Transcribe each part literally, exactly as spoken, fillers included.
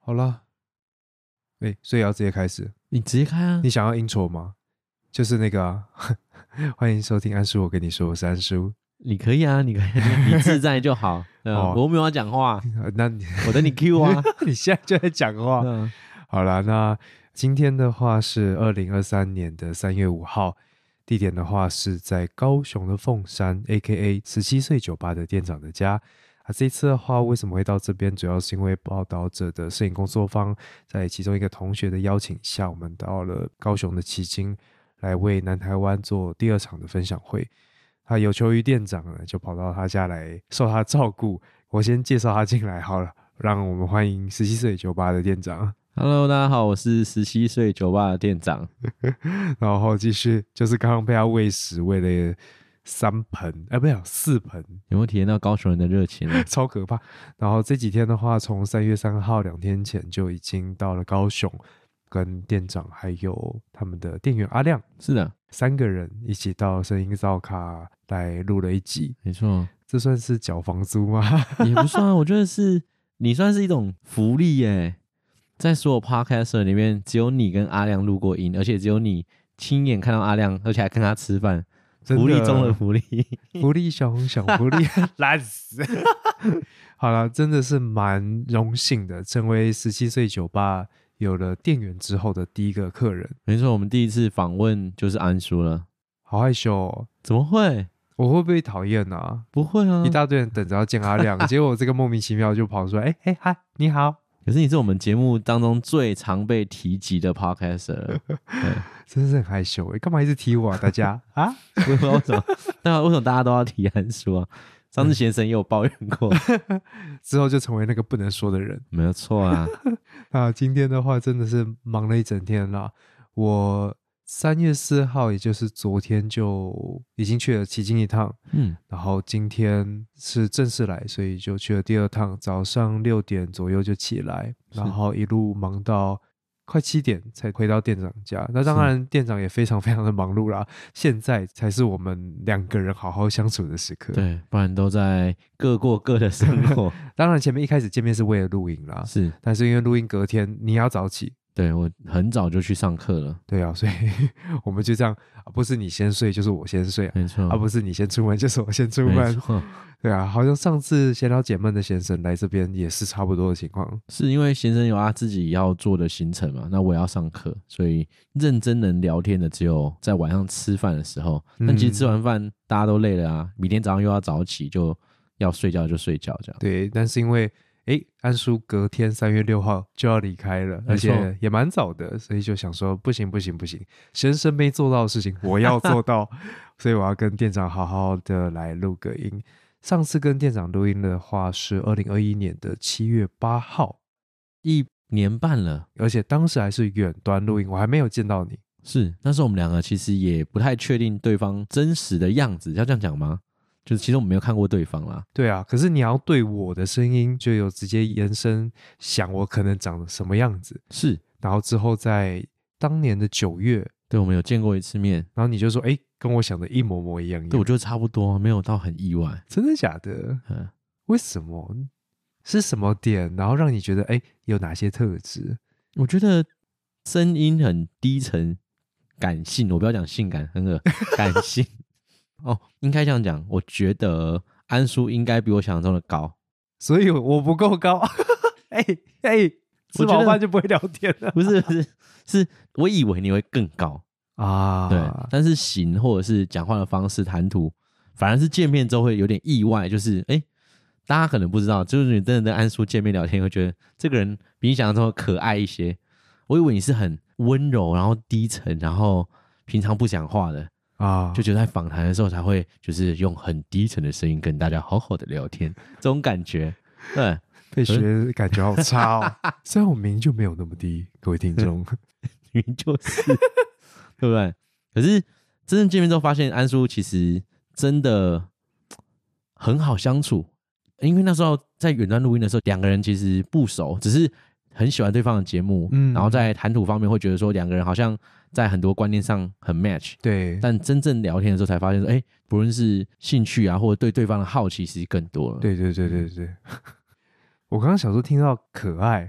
好了，哎，所以要直接开始。 你直接开啊！ 你想要 intro 吗？就是那个、啊、欢迎收听安叔，我跟你说，我是安叔。 你可以啊，你可以，你自在就好。嗯、 哦我又没有要讲话， 那你我等你 Q 啊。 你现在就在讲话。 嗯， 好啦，那今天的话是二零二三年的三月五号，地点的话是在高雄的凤山 A K A 十七岁酒吧的店长的家。啊，这一次的话为什么会到这边，主要是因为报道者的摄影工作坊在其中一个同学的邀请下，我们到了高雄的旗津来为南台湾做第二场的分享会。他有求于店长呢，就跑到他家来受他照顾。我先介绍他进来好了，让我们欢迎十七岁酒吧的店长。 Hello， 大家好，我是十七岁酒吧的店长。 然后继续就是刚刚被他喂食喂了三盆，哎，不是四盆， 有没有体验到高雄人的热情呢？ 超可怕。然后这几天的话，从三月三号两天前就已经到了高雄，跟店长还有他们的店员阿亮， 是的， 三个人一起到声音造卡来录了一集。 没错， 这算是缴房租吗？ 也不算啊，我觉得是你算是一种福利耶。在所有 podcaster 里面，只有你跟阿亮录过音，而且只有你亲眼看到阿亮，而且还跟他吃饭。福利中的福利， 福利小红小福利，烂死！好了，真的是蛮荣幸的，成为十七岁酒吧有了店员之后的第一个客人。 没错，我们第一次访问就是安叔了， 好害羞哦！ 怎么会？ 我会不会讨厌啊？ 不会啊， 一大堆人等着要见阿亮，结果我这个莫名其妙就跑出来，哎哎嗨，你好！ 可是你是我们节目当中最常被提及的 podcaster 了，对， 真是很害羞哎，干嘛一直提我啊？大家啊？ 不知道为什么？那为什么大家都要提安叔啊？上次贤神也有抱怨过， 之后就成为那个不能说的人。 没有错啊。 啊，今天的话真的是忙了一整天啦。我三月四号，也就是昨天就已经去了旗津一趟， 嗯， 然后今天是正式来，所以就去了第二趟，早上六点左右就起来，然后一路忙到快七点才回到店长家。那当然店长也非常非常的忙碌啦，现在才是我们两个人好好相处的时刻。 对，不然都在各过各的生活。 当然前面一开始见面是为了录音啦， 是， 但是因为录音隔天你要早起， 对，我很早就去上课了。 对啊，所以我们就这样，啊、不是你先睡就是我先睡啊， 没错， 啊不是你先出门就是我先出门， 没错， 对啊，好像上次闲聊解闷的先生来这边也是差不多的情况。 是因为先生有他自己要做的行程嘛，那我也要上课，所以认真能聊天的只有在晚上吃饭的时候。 嗯但其实吃完饭大家都累了啊，明天早上又要早起，就要睡觉就睡觉这样。 对，但是因为诶安叔隔天三月六号就要离开了，而且也蛮早的，所以就想说不行不行不行，先生没做到的事情我要做到，所以我要跟店长好好的来录个音。上次跟店长录音的话是二零二一年的七月八号， 一年半了， 而且当时还是远端录音，我还没有见到你。 是那时候我们两个其实也不太确定对方真实的样子，要这样讲吗？就是其实我们没有看过对方啦。 对啊，可是你要对我的声音就有直接延伸想我可能长什么样子， 是， 然后之后在当年的九月， 对，我们有见过一次面， 然后你就说哎，跟我想的一模模一样一样。 对，我觉得差不多，没有到很意外。 真的假的？ 嗯， 为什么？是什么点然后让你觉得哎有哪些特质？ 我觉得声音很低沉感性，我不要讲性感，很恶感性哦，应该这样讲。我觉得安叔应该比我想象中的高， 所以我不够高。哎哎，吃饱饭就不会聊天了。 不是不是，是我以为你会更高啊。 对，但是型或者是讲话的方式、谈吐，反而是见面之后会有点意外，就是哎，大家可能不知道，就是你真的跟安叔见面聊天，会觉得这个人比你想象中的可爱一些。我以为你是很温柔，然后低沉，然后平常不讲话的啊，就觉得在访谈的时候才会就是用很低沉的声音跟大家好好的聊天，这种感觉。对， 被学感觉好差哦。虽然我明明就没有那么低，各位听众， 明明就是，对不对？可是真正见面之后，发现安叔其实真的很好相处，因为那时候在远端录音的时候，两个人其实不熟，只是很喜欢对方的节目，嗯，然后在谈吐方面会觉得说两个人好像在很多观念上很 match， 对， 但真正聊天的时候才发现说，哎，不论是兴趣啊，或者对对方的好奇，其实更多了。 对对对对对。我刚刚小时候听到可爱，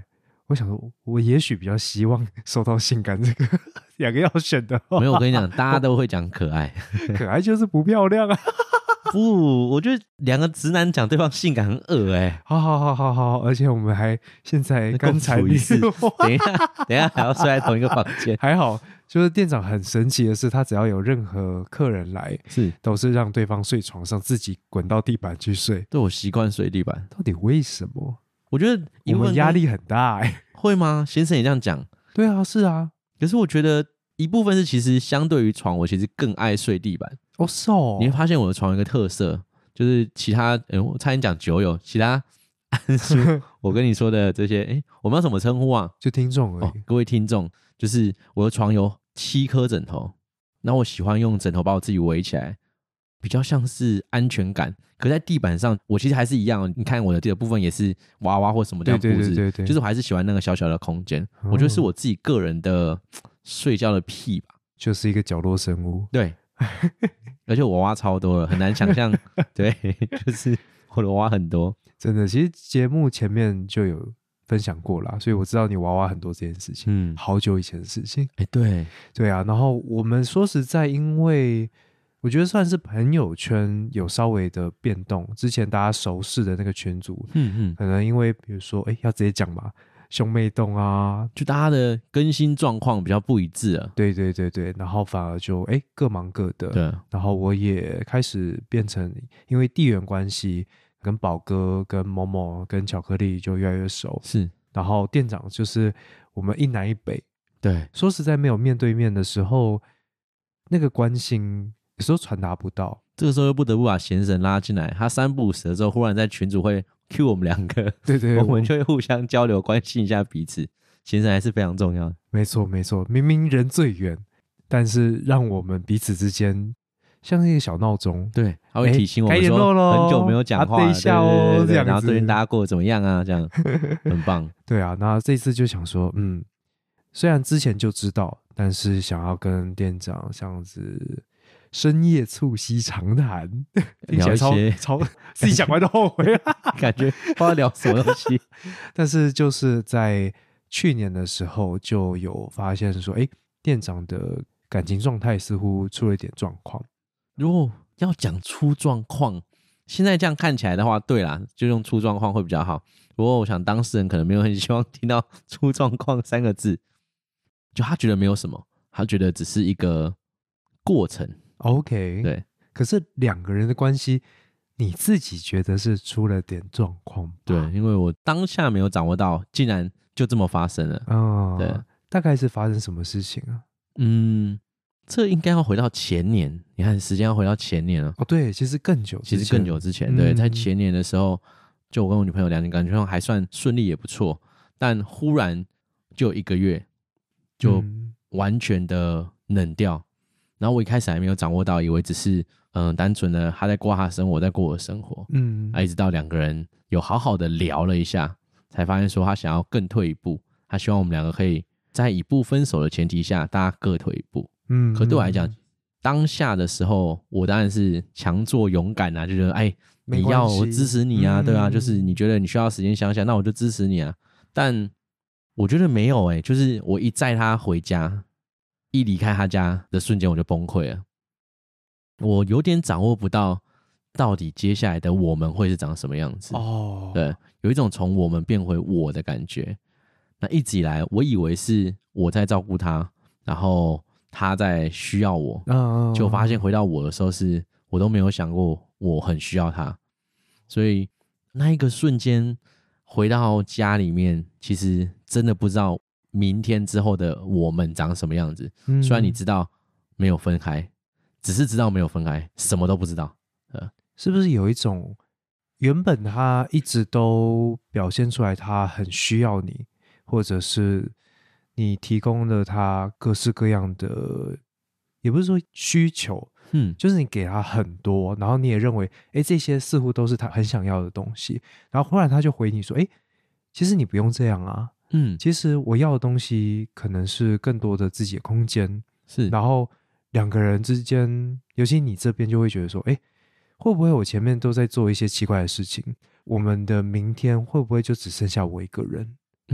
我想说，我也许比较希望收到性感这个两个要选的话。 没有，我跟你讲，大家都会讲可爱， 可爱就是不漂亮啊。 不，我觉得两个直男讲对方性感很恶哎、欸。 好好好好好，而且我们还现在刚才一次，等一下，等一下还要睡在同一个房间， 还好。就是店长很神奇的是，他只要有任何客人来， 是都是让对方睡床上，自己滚到地板去睡。 对，我习惯睡地板， 到底为什么？ 我觉得我们压力很大哎、欸。 会吗？先生也这样讲。 对啊，是啊。 可是我觉得一部分是，其实相对于床，我其实更爱睡地板。 哦，是哦。 你会发现我的床有一个特色，就是其他，嗯，我差点讲酒友，其他安叔，我跟你说的这些，哎，我们要怎么称呼啊？ 就听众而已、 哦。各位听众，就是我的床有七颗枕头，那我喜欢用枕头把我自己围起来，比较像是安全感。可在地板上，我其实还是一样。你看我的这个部分也是娃娃或什么这样布置， 对对对对对， 就是我还是喜欢那个小小的空间、哦。我觉得是我自己个人的睡觉的癖吧， 就是一个角落生物。 对，而且我娃娃超多了，很难想象。对，就是我的娃娃很多， 真的。其实节目前面就有分享过啦，所以我知道你娃娃很多这件事情。嗯，好久以前的事情。 哎，对对啊。然后我们说实在，因为我觉得算是朋友圈有稍微的变动，之前大家熟识的那个群组，嗯嗯，可能因为比如说，哎，要直接讲嘛，兄妹洞啊， 就大家的更新状况比较不一致了。 对对对对，然后反而就哎各忙各的。 对， 然后我也开始变成，因为地缘关系，跟宝哥、跟某某、跟巧克力就越来越熟。 是， 然后店长就是我们一南一北。 对， 说实在，没有面对面的时候，那个关心有时候传达不到， 这个时候又不得不把贤神拉进来，他三不五时的时候，忽然在群组会 cue 我们两个， 对 对, 对， 我们就会互相交流，关心一下彼此。贤神还是非常重要的。 没错没错，明明人最远，但是让我们彼此之间像一个小闹钟， 对，他会提醒我们说很久没有讲话了， 啊、等一下哦， 对对对对， 这样子， 然后最近大家过得怎么样啊？这样很棒。 对啊，那这次就想说，嗯，虽然之前就知道，但是想要跟店长这样子深夜促膝长谈， 聊一些超超自己讲完都后悔了， 感觉不知道聊什么东西。 但是就是在去年的时候就有发现说，哎，店长的感情状态似乎出了一点状况。 如果要讲出状况，现在这样看起来的话，对啦，就用出状况会比较好。不过我想当事人可能没有很希望听到出状况三个字，就他觉得没有什么，他觉得只是一个过程。 OK， 对。 可是两个人的关系，你自己觉得是出了点状况吧？ 对，因为我当下没有掌握到，竟然就这么发生了。 哦， 对， 大概是发生什么事情啊？ 嗯，这应该要回到前年，你看时间要回到前年了。 哦，对，其实更久之前， 其实更久之前，对，嗯、在前年的时候，就我跟我女朋友两人感情上还算顺利，也不错。但忽然就一个月，就完全的冷掉。嗯、然后我一开始还没有掌握到，以为只是嗯、呃、单纯的他在过他的生活，我在过我的生活。嗯，啊，一直到两个人有好好的聊了一下，才发现说他想要更退一步，他希望我们两个可以在以不分手的前提下，大家各退一步。嗯，可对我来讲，当下的时候，我当然是强作勇敢啊，就觉得哎，你要我支持你啊，嗯、对啊，就是你觉得你需要时间想想，那我就支持你啊。但我觉得没有哎、欸，就是我一载他回家，一离开他家的瞬间，我就崩溃了。我有点掌握不到到底接下来的我们会是长什么样子哦。对，有一种从我们变回我的感觉。那一直以来，我以为是我在照顾他，然后他在需要我，哦、就发现回到我的时候是，我都没有想过我很需要他。所以那一个瞬间回到家里面，其实真的不知道明天之后的我们长什么样子。嗯、虽然你知道没有分开，只是知道没有分开，什么都不知道。 是不是有一种原本他一直都表现出来他很需要你，或者是你提供了他各式各样的，也不是说需求，嗯，就是你给他很多，然后你也认为哎，这些似乎都是他很想要的东西，然后忽然他就回你说，哎，其实你不用这样啊，嗯，其实我要的东西可能是更多的自己的空间，是，然后两个人之间，尤其你这边就会觉得说，哎，会不会我前面都在做一些奇怪的事情，我们的明天会不会就只剩下我一个人？嗯，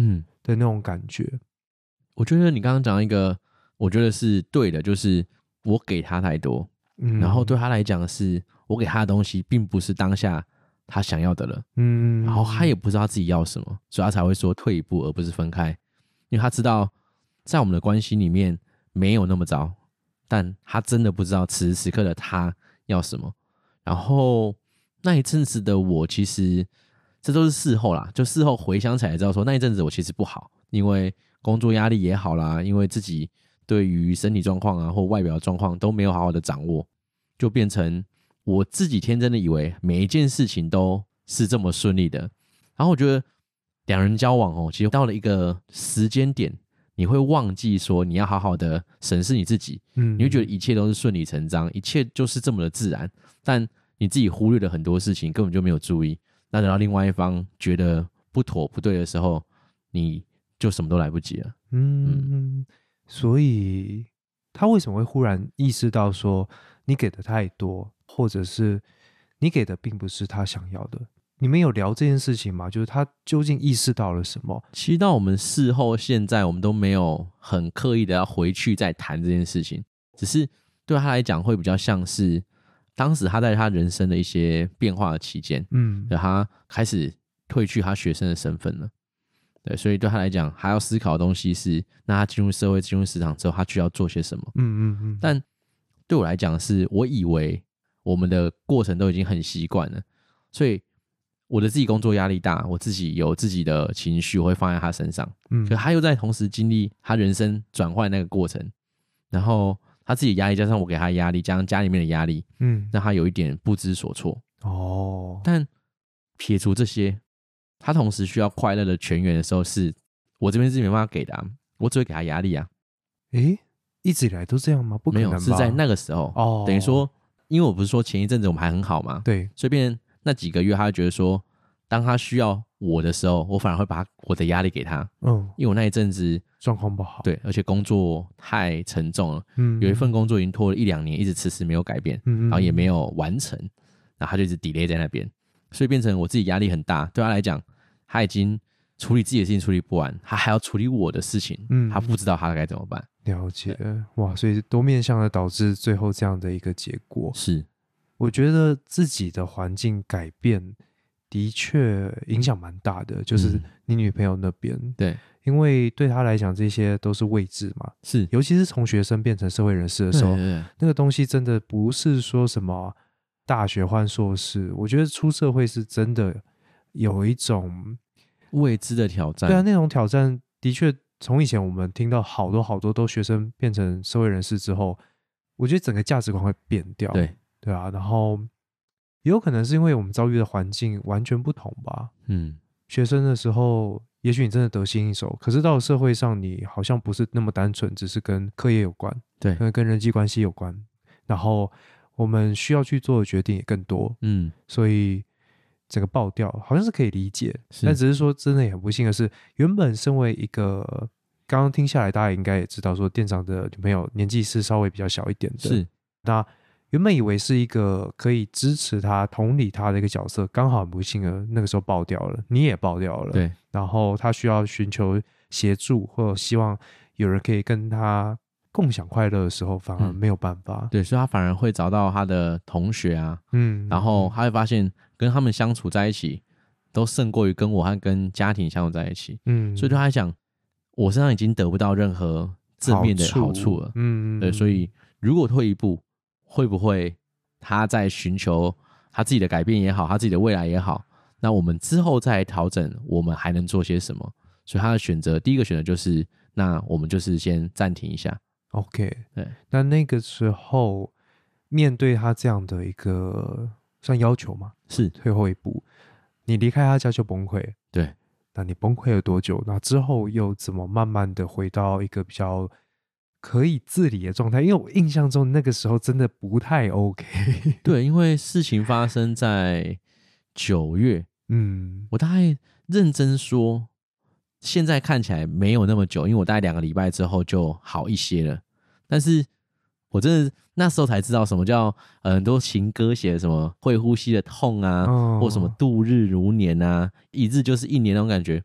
的那种感觉。 我觉得你刚刚讲一个，我觉得是对的，就是我给他太多， 嗯， 然后对他来讲是我给他的东西并不是当下他想要的了， 嗯， 然后他也不知道自己要什么，所以他才会说退一步而不是分开，因为他知道在我们的关系里面没有那么糟，但他真的不知道此时此刻的他要什么。然后那一阵子的我，其实这都是事后啦，就事后回想起来知道说那一阵子我其实不好，因为工作压力也好啦，因为自己对于身体状况啊或外表状况都没有好好的掌握，就变成我自己天真的以为每一件事情都是这么顺利的。然后我觉得两人交往哦，其实到了一个时间点，你会忘记说你要好好的审视你自己， 嗯， 你会觉得一切都是顺理成章，一切就是这么的自然，但你自己忽略了很多事情，根本就没有注意。那等到另外一方觉得不妥不对的时候，你就什么都来不及了。 嗯，嗯，所以他为什么会忽然意识到说你给的太多，或者是你给的并不是他想要的？你们有聊这件事情吗？就是他究竟意识到了什么？ 其实到我们事后现在，我们都没有很刻意的要回去再谈这件事情，只是对他来讲会比较像是当时他在他人生的一些变化的期间， 嗯， 对，他开始退去他学生的身份了。对，所以对他来讲，还要思考的东西是，那他进入社会、进入市场之后，他需要做些什么？ 嗯嗯嗯。 但对我来讲是，我以为我们的过程都已经很习惯了，所以我的自己工作压力大，我自己有自己的情绪，我会放在他身上。 嗯， 可他又在同时经历他人生转换那个过程，然后他自己的压力加上我给他的压力，加上家里面的压力， 嗯， 让他有一点不知所措。 哦， 但撇除这些，他同时需要快乐的泉源的时候，是我这边是没办法给的、啊，我只会给他压力啊。 诶，一直以来都这样吗？不可没有， 能吧？ 是在那个时候。 哦， 等于说，因为我不是说前一阵子我们还很好嘛， 对， 所以变成那几个月，他就觉得说，当他需要我的时候，我反而会把我的压力给他， 嗯， 因为我那一阵子状况不好，， 对，而且工作太沉重了， 嗯， 有一份工作已经拖了一两年，一直迟迟没有改变， 嗯，嗯， 然后也没有完成，然后他就一直 delay 在那边，所以变成我自己压力很大。对他来讲，他已经处理自己的事情处理不完，他还要处理我的事情， 嗯他不知道他该怎么办。 了解，哇，所以多面向的导致最后这样的一个结果。 是， 我觉得自己的环境改变的确影响蛮大的，就是嗯你女朋友那边， 对， 因为对她来讲这些都是未知嘛， 是， 尤其是从学生变成社会人士的时候， 对对对， 那个东西真的不是说什么大学换硕士，我觉得出社会是真的有一种未知的挑战。 对啊，那种挑战的确从以前我们听到好多好多都学生变成社会人士之后，我觉得整个价值观会变掉。 对对啊，然后也有可能是因为我们遭遇的环境完全不同吧。 嗯， 学生的时候，也许你真的得心应手，可是到了社会上，你好像不是那么单纯，只是跟课业有关， 对， 跟跟人际关系有关，然后我们需要去做的决定也更多， 嗯， 所以整个爆掉好像是可以理解， 是但只是说真的也很不幸的是，原本身为一个刚刚听下来，大家应该也知道说店长的女朋友年纪是稍微比较小一点的， 是， 那原本以为是一个可以支持他、同理他的一个角色，刚好很不幸的那个时候爆掉了，你也爆掉了， 对， 然后他需要寻求协助，或者希望有人可以跟他共享快乐的时候，反而没有办法。 对，所以他反而会找到他的同学啊， 嗯， 然后他会发现跟他们相处在一起，都胜过于跟我和跟家庭相处在一起。 嗯， 所以对他来讲，我身上已经得不到任何正面的好处了。 嗯， 对，所以如果退一步，会不会他在寻求他自己的改变也好，他自己的未来也好，那我们之后再来调整，我们还能做些什么？所以他的选择，第一个选择就是，那我们就是先暂停一下。 OK， 对， 那那个时候面对他这样的一个算要求嘛， 是退后一步，你离开他家就崩溃， 对， 那你崩溃了多久？那之后又怎么慢慢的回到一个比较可以自理的状态？因为我印象中那个时候真的不太 OK。 对，因为事情发生在九月， 嗯， 我大概认真说，现在看起来没有那么久，因为我大概两个礼拜之后就好一些了。但是我真的那时候才知道什么叫、呃、很多情歌写的什么会呼吸的痛啊， 哦， 或什么度日如年啊，一日就是一年那种感觉。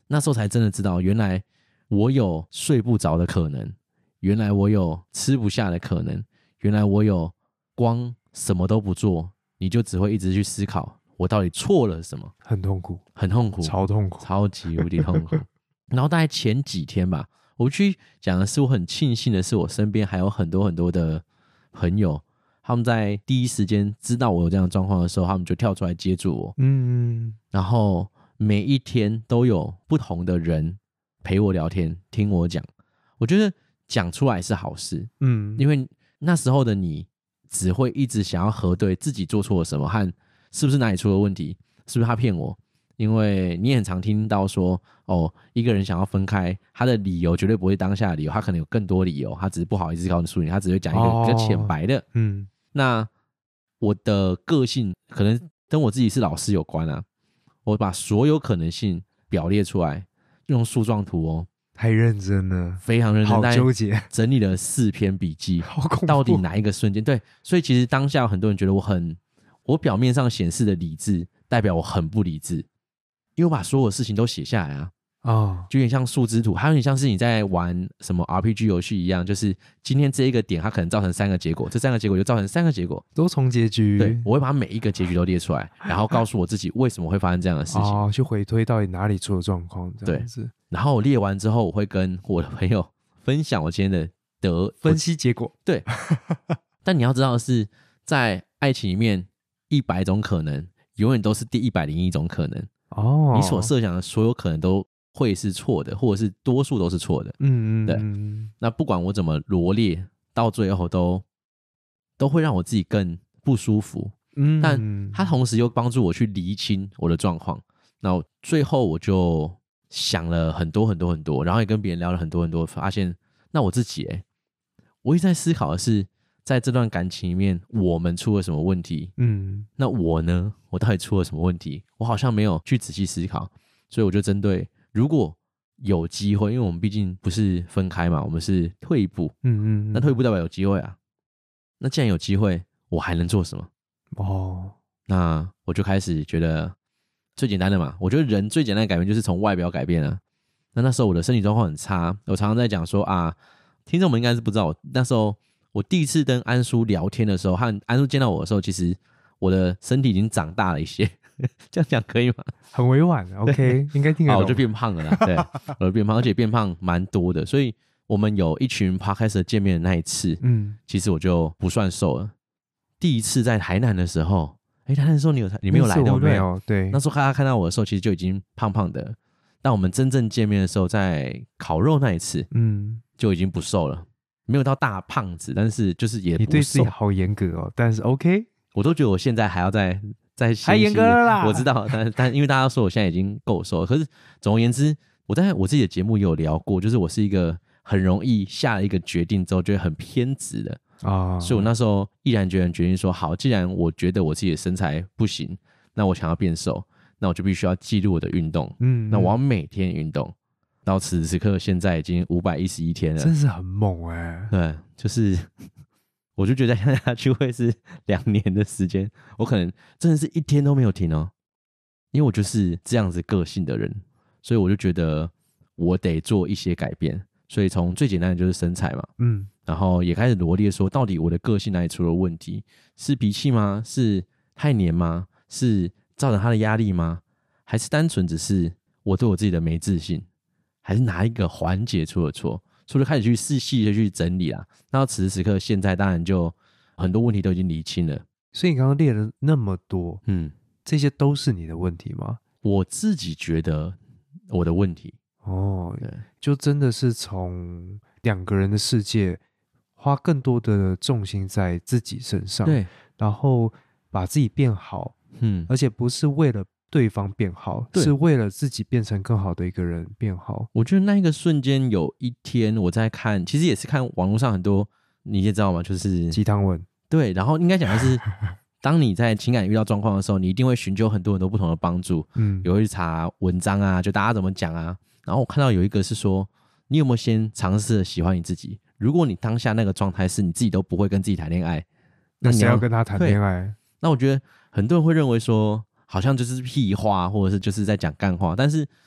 那时候才真的知道，原来我有睡不着的可能，原来我有吃不下的可能，原来我有光什么都不做，你就只会一直去思考我到底错了什么， 很痛苦， 很痛苦， 超痛苦， 超级无敌痛苦。然后大概前几天吧，我去讲的是我很庆幸的是，我身边还有很多很多的朋友，他们在第一时间知道我有这样的状况的时候，他们就跳出来接住我。 嗯， 然后每一天都有不同的人陪我聊天，听我讲。我觉得讲出来是好事， 嗯， 因为那时候的你只会一直想要核对自己做错了什么和是不是哪里出了问题，是不是他骗我。因为你也很常听到说，哦，一个人想要分开，他的理由绝对不会当下的理由，他可能有更多理由，他只是不好意思告诉你，他只会讲一个比较浅白的。 哦、嗯， 那我的个性可能跟我自己是老师有关啊，我把所有可能性表列出来，用树状图哦， 太认真了， 非常认真， 好纠结， 整理了四篇笔记， 好恐怖， 到底哪一个瞬间？对，所以其实当下有很多人觉得我很，我表面上显示的理智，代表我很不理智，因为我把所有事情都写下来啊。 哦， 就有点像树枝图，还有点像是你在玩什么 R P G 游戏一样，就是今天这一个点它可能造成三个结果，这三个结果就造成三个结果， 多重结局。 对，我会把每一个结局都列出来，然后告诉我自己为什么会发生这样的事情， 哦，去回推到底哪里出了状况，这样子。 然后我列完之后，我会跟我的朋友分享我今天的得分析结果。 对，但你要知道的是，在爱情里面，一百种可能永远都是第一百零一种可能。 哦， 你所设想的所有可能都会是错的，或者是多数都是错的。 嗯嗯， 对。那不管我怎么罗列，到最后都都会让我自己更不舒服。嗯，但它同时又帮助我去厘清我的状况。那最后我就想了很多很多很多，然后也跟别人聊了很多很多，发现那我自己哎、欸，我一直在思考的是，在这段感情里面，我们出了什么问题？嗯，那我呢？我到底出了什么问题？我好像没有去仔细思考，所以我就针对如果有机会，因为我们毕竟不是分开嘛，我们是退一步，嗯嗯，那退一步代表有机会啊。那既然有机会，我还能做什么？哦，那我就开始觉得最简单的嘛，我觉得人最简单的改变就是从外表改变啊。那那时候我的身体状况很差，我常常在讲说啊，听众们应该是不知道，那时候我第一次跟安叔聊天的时候，和安叔见到我的时候，其实我的身体已经长大了一些，这样讲可以吗？ 很委婉 ，OK， 应该听得懂。 我就变胖了啦，对，我就变胖，而且变胖蛮多的，所以我们有一群 Podcast 见面的那一次，嗯，其实我就不算瘦了。第一次在台南的时候，哎，台南的时候你有你没有来对不对？ 没有，对。 那时候他看到我的时候，其实就已经胖胖的。但我们真正见面的时候，在烤肉那一次，嗯，就已经不瘦了，没有到大胖子，但是就是也不瘦。 你对自己好严格哦，但是 OK， 我都觉得我现在还要再再还严格了啦。 我知道，但但因为大家说我现在已经够瘦了，可是总而言之，我在我自己的节目也有聊过，就是我是一个很容易下了一个决定之后，觉得很偏执的。啊，所以我那时候毅然决然决定说，好，既然我觉得我自己的身材不行，那我想要变瘦，那我就必须要记录我的运动，嗯，那我要每天运动。到此时此刻，现在已经五百一十一天了， 真是很猛哎、欸。 对，就是我就觉得再下去会是两年的时间，我可能真的是一天都没有停哦，因为我就是这样子个性的人，所以我就觉得我得做一些改变。所以从最简单的就是身材嘛，嗯。然后也开始罗列说，到底我的个性哪里出了问题？是脾气吗？是太黏吗？是造成他的压力吗？还是单纯只是我对我自己的没自信？还是哪一个环节出了错？所以就开始去细细的去整理啦。那到此时此刻，现在当然就很多问题都已经理清了。 所以你刚刚列了那么多，嗯，这些都是你的问题吗？ 我自己觉得我的问题哦，对，就真的是从两个人的世界。花更多的重心在自己身上， 对， 然后把自己变好，嗯，而且不是为了对方变好，是为了自己变成更好的一个人变好。 我觉得那一个瞬间，有一天我在看，其实也是看网络上很多，你也知道吗？就是鸡汤文， 对。然后应该讲的是，当你在情感遇到状况的时候，你一定会寻求很多很多不同的帮助，嗯，有会去查文章啊，就大家怎么讲啊。然后我看到有一个是说，你有没有先尝试喜欢你自己？如果你当下那个状态是你自己都不会跟自己谈恋爱， 那谁要跟他谈恋爱？ 那我觉得很多人会认为说，好像就是屁话，或者是就是在讲干话。但是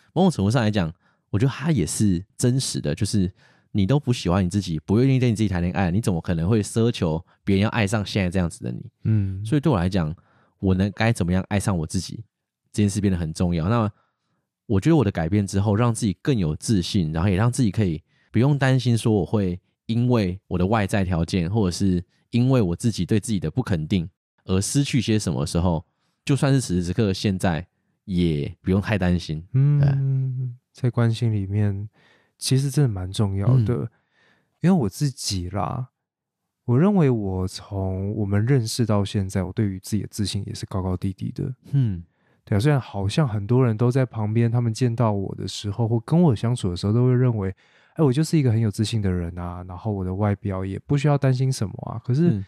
某种程度上来讲，我觉得它也是真实的，就是你都不喜欢你自己，不愿意跟你自己谈恋爱，你怎么可能会奢求别人要爱上现在这样子的你？ 嗯， 所以对我来讲，我能该怎么样爱上我自己，这件事变得很重要。那我觉得我的改变之后，让自己更有自信，然后也让自己可以不用担心说我会因为我的外在条件，或者是因为我自己对自己的不肯定而失去些什么时候，就算是此时此刻现在也不用太担心。 嗯，在关系里面其实真的蛮重要的、嗯、因为我自己啦，我认为我从我们认识到现在，我对于自己的自信也是高高低低的。嗯，对啊，虽然好像很多人都在旁边，他们见到我的时候或跟我相处的时候都会认为，哎，我就是一个很有自信的人啊，然后我的外表也不需要担心什么啊。可是、嗯、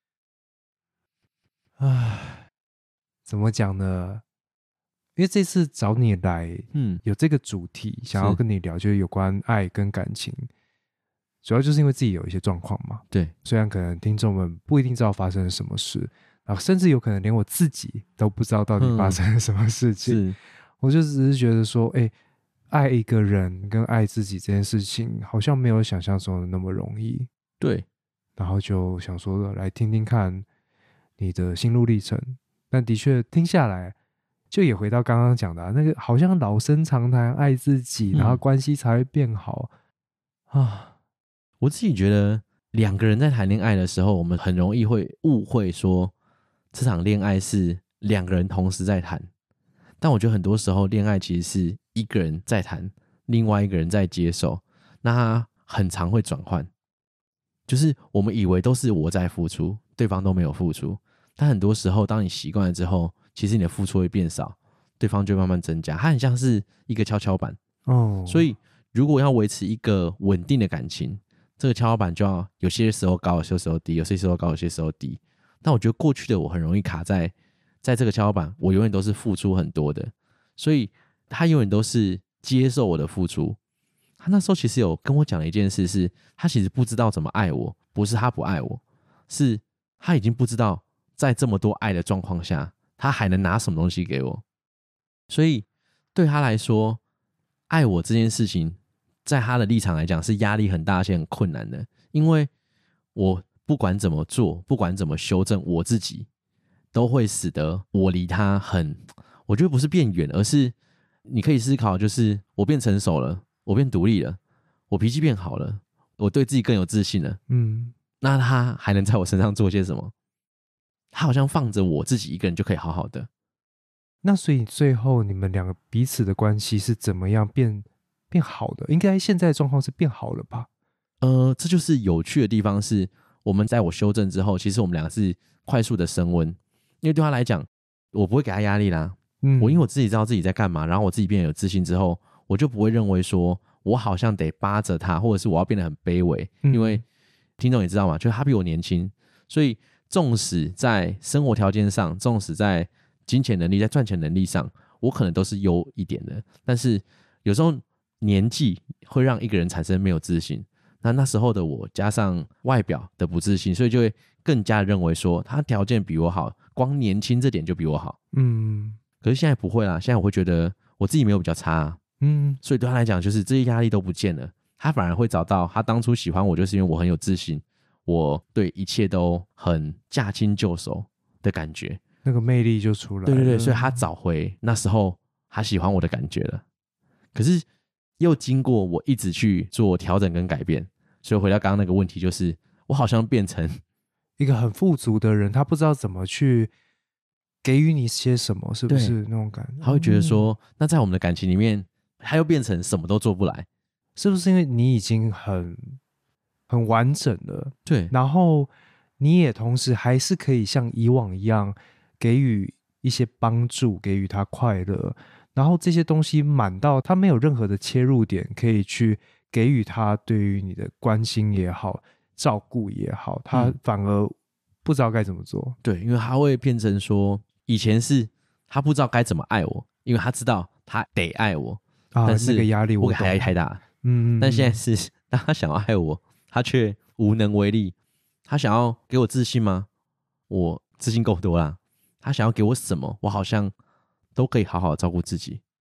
唉，怎么讲呢？因为这次找你来，嗯，有这个主题想要跟你聊，就是有关爱跟感情，主要就是因为自己有一些状况嘛。 对， 虽然可能听众们不一定知道发生了什么事，然后甚至有可能连我自己都不知道到底发生了什么事情。嗯、我就只是觉得说，哎，爱一个人跟爱自己这件事情，好像没有想象中的那么容易。 对， 然后就想说来听听看你的心路历程。但的确听下来，就也回到刚刚讲的、啊、那个好像老生常谈爱自己、嗯、然后关系才会变好啊。 我自己觉得两个人在谈恋爱的时候，我们很容易会误会说这场恋爱是两个人同时在谈，但我觉得很多时候恋爱其实是一个人在谈，另外一个人在接受，那他很常会转换，就是我们以为都是我在付出，对方都没有付出，但很多时候当你习惯了之后，其实你的付出会变少，对方就慢慢增加，它很像是一个跷跷板哦。所以如果要维持一个稳定的感情，这个跷跷板就要有些时候高，有些时候低，有些时候高，有些时候低。但我觉得过去的我很容易卡在在这个跷跷板，我永远都是付出很多的，所以他永远都是接受我的付出。他那时候其实有跟我讲了一件事是，他其实不知道怎么爱我，不是他不爱我，是他已经不知道在这么多爱的状况下，他还能拿什么东西给我。所以对他来说，爱我这件事情在他的立场来讲是压力很大而且很困难的，因为我不管怎么做，不管怎么修正我自己，都会使得我离他很，我觉得不是变远，而是你可以思考，就是我变成熟了，我变独立了，我脾气变好了，我对自己更有自信了，嗯，那他还能在我身上做些什么？他好像放着我自己一个人就可以好好的。 那所以最后你们两个彼此的关系是怎么样变变好的？应该现在的状况是变好了吧？ 呃，这就是有趣的地方是，我们在我修正之后，其实我们两个是快速的升温，因为对他来讲，我不会给他压力啦。嗯，我因为我自己知道自己在干嘛，然后我自己变得有自信之后，我就不会认为说我好像得扒着他，或者是我要变得很卑微。嗯、因为听众也知道嘛，就是他比我年轻，所以纵使在生活条件上，纵使在金钱能力，在赚钱能力上，我可能都是优一点的，但是有时候年纪会让一个人产生没有自信。那那时候的我加上外表的不自信，所以就会更加认为说他条件比我好，光年轻这点就比我好。嗯，可是现在不会啦，现在我会觉得我自己没有比较差啊。嗯，所以对他来讲，就是这些压力都不见了，他反而会找到他当初喜欢我，就是因为我很有自信，我对一切都很驾轻就熟的感觉， 那个魅力就出来了。 对对对，所以他找回那时候他喜欢我的感觉了。可是又经过我一直去做调整跟改变，所以回到刚刚那个问题，就是我好像变成一个很富足的人，他不知道怎么去给予你些什么，是不是那种感觉？ 他会觉得说、嗯、那在我们的感情里面他又变成什么都做不来， 是不是因为你已经很很完整了？ 对， 然后你也同时还是可以像以往一样给予一些帮助，给予他快乐，然后这些东西满到他没有任何的切入点可以去给予他对于你的关心也好，照顾也好，他反而不知道该怎么做、嗯、 对，因为他会变成说以前是他不知道该怎么爱我，因为他知道他得爱我、啊、但是那个压力我我给他压力太大，嗯，但现在是当他想要爱我，他却无能为力。他想要给我自信吗？我自信够多啦。他想要给我什么，我好像都可以好好照顾自己。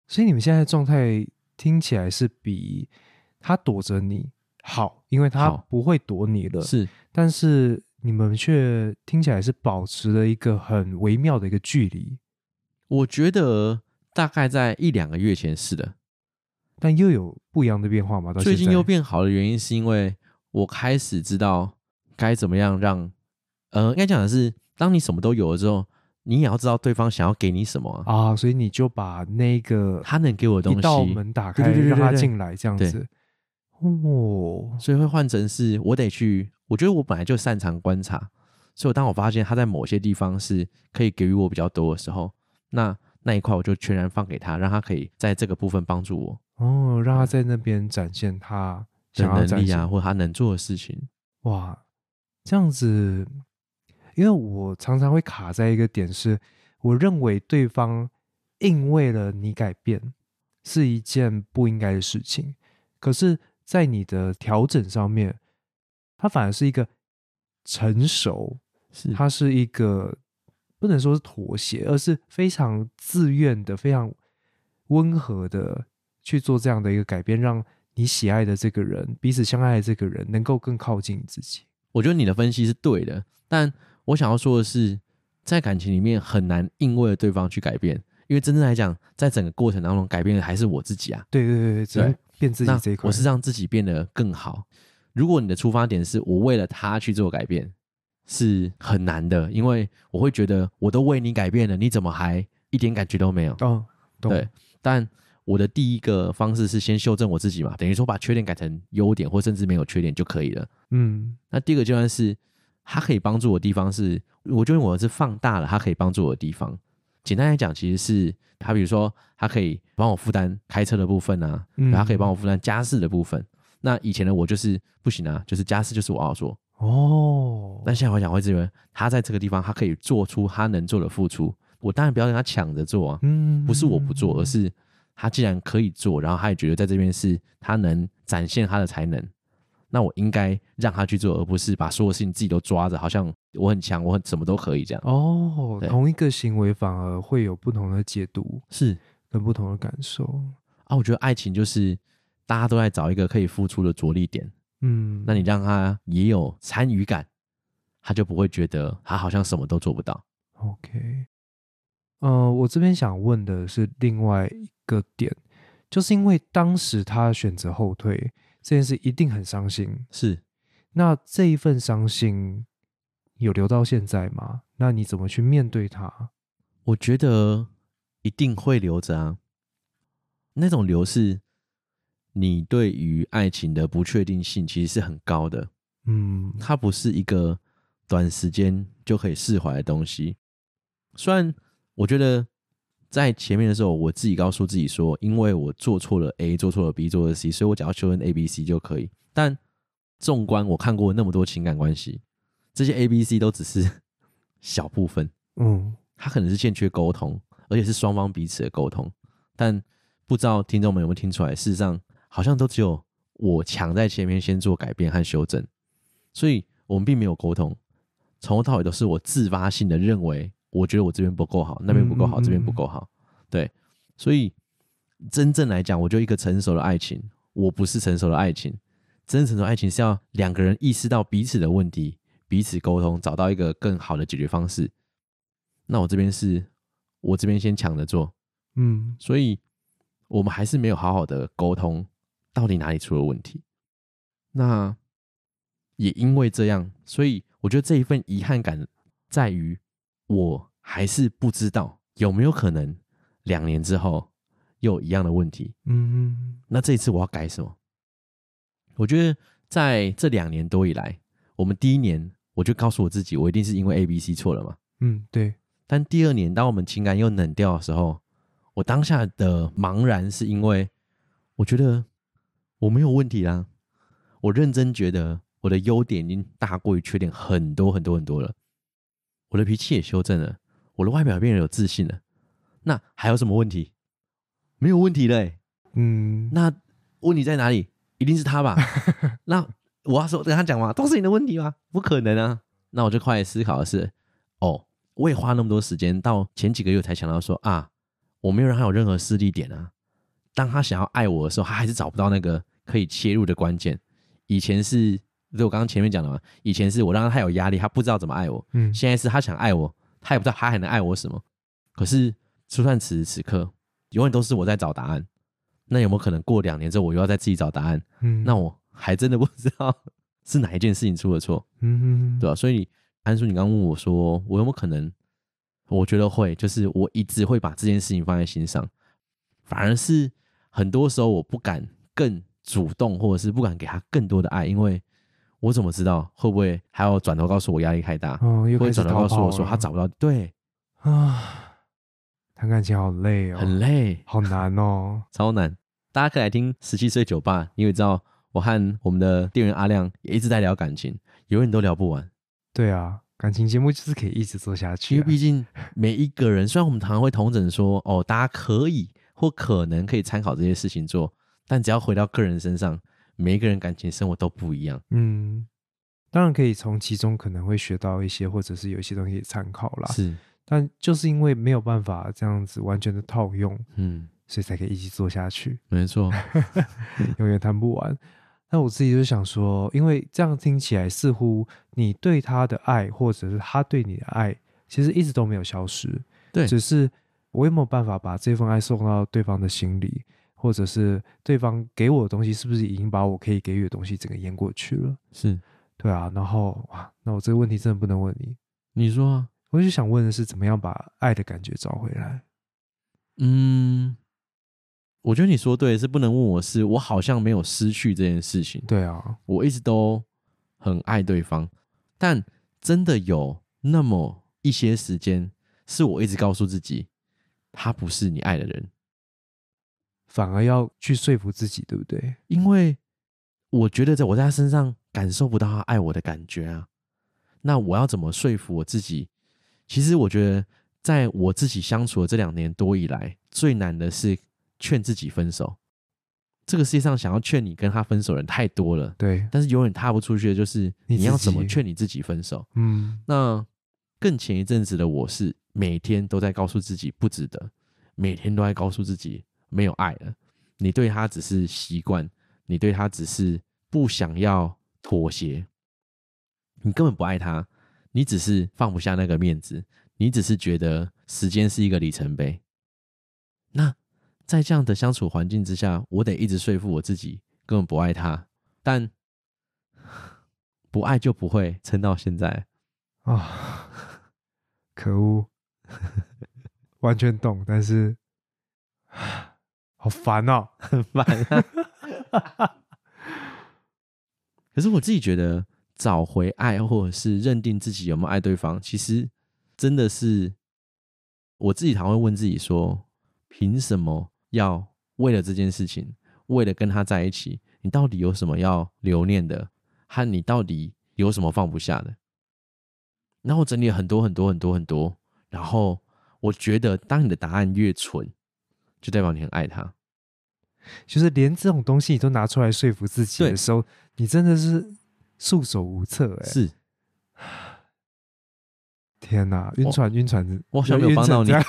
所以你们现在的状态听起来是比他躲着你好，因为他好不会躲你了， 是， 但是你们却听起来是保持了一个很微妙的一个距离， 我觉得大概在一两个月前是的， 但又有不一样的变化吗？到现在最近又变好的原因是因为我开始知道该怎么样让，呃，应该讲的是，当你什么都有了之后，你也要知道对方想要给你什么啊， 啊，所以你就把那个他能给我的东西一道门打开， 对对对对对让他进来，这样子。哦， 所以会换成是我得去，我觉得我本来就擅长观察，所以当我发现他在某些地方是可以给予我比较多的时候，那那一块我就全然放给他，让他可以在这个部分帮助我哦，让他在那边展现他的想要展现能力啊，或他能做的事情。 哇，这样子，因为我常常会卡在一个点是，我认为对方硬为了你改变是一件不应该的事情，可是在你的调整上面，它反而是一个成熟， 是它是一个不能说是妥协，而是非常自愿的、非常温和的去做这样的一个改变，让你喜爱的这个人、彼此相爱的这个人能够更靠近你自己。 我觉得你的分析是对的，但我想要说的是，在感情里面很难硬为了对方去改变，因为真正来讲，在整个过程当中改变的还是我自己啊。 对对对对，只能变自己这一块。 我是让自己变得更好。如果你的出发点是我为了他去做改变，是很难的，因为我会觉得我都为你改变了，你怎么还一点感觉都没有？ 哦，懂。 对，但我的第一个方式是先修正我自己嘛，等于说把缺点改成优点，或甚至没有缺点就可以了。 嗯， 那第二个阶段是，他可以帮助我的地方是，我觉得我是放大了他可以帮助我的地方。简单来讲，其实是他比如说，他可以帮我负担开车的部分啊， 嗯他可以帮我负担家事的部分。那以前的我就是不行啊，就是家事就是我要做。 哦， 但现在我想会认为，他在这个地方，他可以做出他能做的付出。我当然不要跟他抢着做啊， 嗯， 不是我不做，而是他既然可以做，然后他也觉得在这边是他能展现他的才能，那我应该让他去做，而不是把所有事情自己都抓着，好像我很强，我很什么都可以这样。 哦， 对同一个行为反而会有不同的解读是跟不同的感受。 啊，我觉得爱情就是大家都在找一个可以付出的着力点， 嗯， 那你让他也有参与感，他就不会觉得他好像什么都做不到。 OK。呃，我这边想问的是另外一个点，就是因为当时他选择后退这件事，一定很伤心。 是那这一份伤心有留到现在吗？那你怎么去面对它？ 我觉得一定会留着啊，那种留是你对于爱情的不确定性其实是很高的， 嗯， 它不是一个短时间就可以释怀的东西。虽然我觉得在前面的时候，我自己告诉自己说，因为我做错了 A， 做错了 B， 做错了 C， 所以我只要修正 A、B、C 就可以。但纵观我看过那么多情感关系，这些 A、B、C 都只是小部分， 嗯， 它可能是欠缺沟通，而且是双方彼此的沟通。但不知道听众们有没有听出来，事实上好像都只有我抢在前面先做改变和修正，所以我们并没有沟通，从头到尾都是我自发性的认为，我觉得我这边不够好，那边不够好， 嗯嗯嗯这边不够好。对，所以真正来讲，我就一个成熟的爱情，我不是成熟的爱情。真正成熟的爱情是要两个人意识到彼此的问题，彼此沟通，找到一个更好的解决方式。那我这边是我这边先抢着做， 嗯， 所以我们还是没有好好的沟通，到底哪里出了问题。那也因为这样，所以我觉得这一份遗憾感在于，我还是不知道有没有可能两年之后又有一样的问题。 嗯， 那这一次我要改什么？我觉得在这两年多以来，我们第一年我就告诉我自己，我一定是因为 A、B、C 错了嘛。 嗯，对， 但第二年，当我们情感又冷掉的时候，我当下的茫然是因为我觉得我没有问题啦，我认真觉得我的优点已经大过于缺点很多很多很多了，我的脾气也修正了，我的外表变得有自信了，那还有什么问题？没有问题了欸。 嗯， 那问题在哪里？一定是他吧？那我要说跟他讲嘛，都是你的问题吗？不可能啊！那我就开始思考的是，哦，我也花那么多时间，到前几个月才想到说啊，我没有让他有任何失力点啊， 当他想要爱我的时候，他还是找不到那个可以切入的关键。以前是，就我刚刚前面讲的嘛，以前是我让他太有压力，他不知道怎么爱我。嗯，现在是他想爱我，他也不知道他还能爱我什么。可是，就算此时此刻，永远都是我在找答案。那有没有可能过两年之后，我又要再自己找答案？嗯，那我还真的不知道是哪一件事情出了错。嗯哼，对吧、啊？所以安叔，你刚问我说，我有没有可能？我觉得会，就是我一直会把这件事情放在心上，反而是很多时候我不敢更主动，或者是不敢给他更多的爱，因为我怎么知道会不会还要转头告诉我压力太大， 哦，又会转头告诉我了说他找不到，对啊，谈感情好累哦， 很累， 好难哦， 超难。大家可以来听十七岁酒吧，因为知道我和我们的店员阿亮也一直在聊感情，永远都聊不完。 对啊，感情节目就是可以一直做下去、啊， 因为毕竟每一个人，虽然我们常常会统整说，哦，大家可以或可能可以参考这些事情做，但只要回到个人身上，每一个人感情生活都不一样。 嗯，当然可以从其中可能会学到一些，或者是有一些东西可以参考啦。 是， 但就是因为没有办法这样子完全的套用，嗯，所以才可以一起做下去。 没错， 永远谈不完。那我自己就想说，因为这样听起来似乎你对他的爱，或者是他对你的爱，其实一直都没有消失。 对， 只是我有没有办法把这份爱送到对方的心里，或者是对方给我的东西，是不是已经把我可以给予的东西整个淹过去了？ 是， 对啊。然后哇，那我这个问题真的不能问你。 你说啊， 我就想问的是，怎么样把爱的感觉找回来？ 嗯。我觉得你说对，是不能问我是我好像没有失去这件事情。 对啊， 我一直都很爱对方，但真的有那么一些时间，是我一直告诉自己，他不是你爱的人， 反而要去说服自己，对不对？ 因为我觉得在我在他身上感受不到他爱我的感觉啊。那我要怎么说服我自己？其实我觉得，在我自己相处的这两年多以来，最难的是劝自己分手。这个世界上想要劝你跟他分手的人太多了， 对， 但是永远踏不出去的就是你要怎么劝你自己分手。嗯，那更前一阵子的我是每天都在告诉自己不值得，每天都在告诉自己没有爱了，你对他只是习惯，你对他只是不想要妥协，你根本不爱他，你只是放不下那个面子，你只是觉得时间是一个里程碑。那在这样的相处环境之下，我得一直说服我自己根本不爱他，但不爱就不会撑到现在啊、哦！可恶，完全懂，但是好烦哦， 很烦啊。可是我自己觉得，找回爱或者是认定自己有没有爱对方，其实真的是我自己常会问自己说，凭什么要为了这件事情，为了跟他在一起，你到底有什么要留念的，和你到底有什么放不下的？然后我整理了很多很多很多很多，然后我觉得当你的答案越蠢，就代表你很爱他。 就是连这种东西你都拿出来说服自己的时候，你真的是束手无策哎、欸！ 是， 天哪，晕船晕船， 我好像没有帮到你。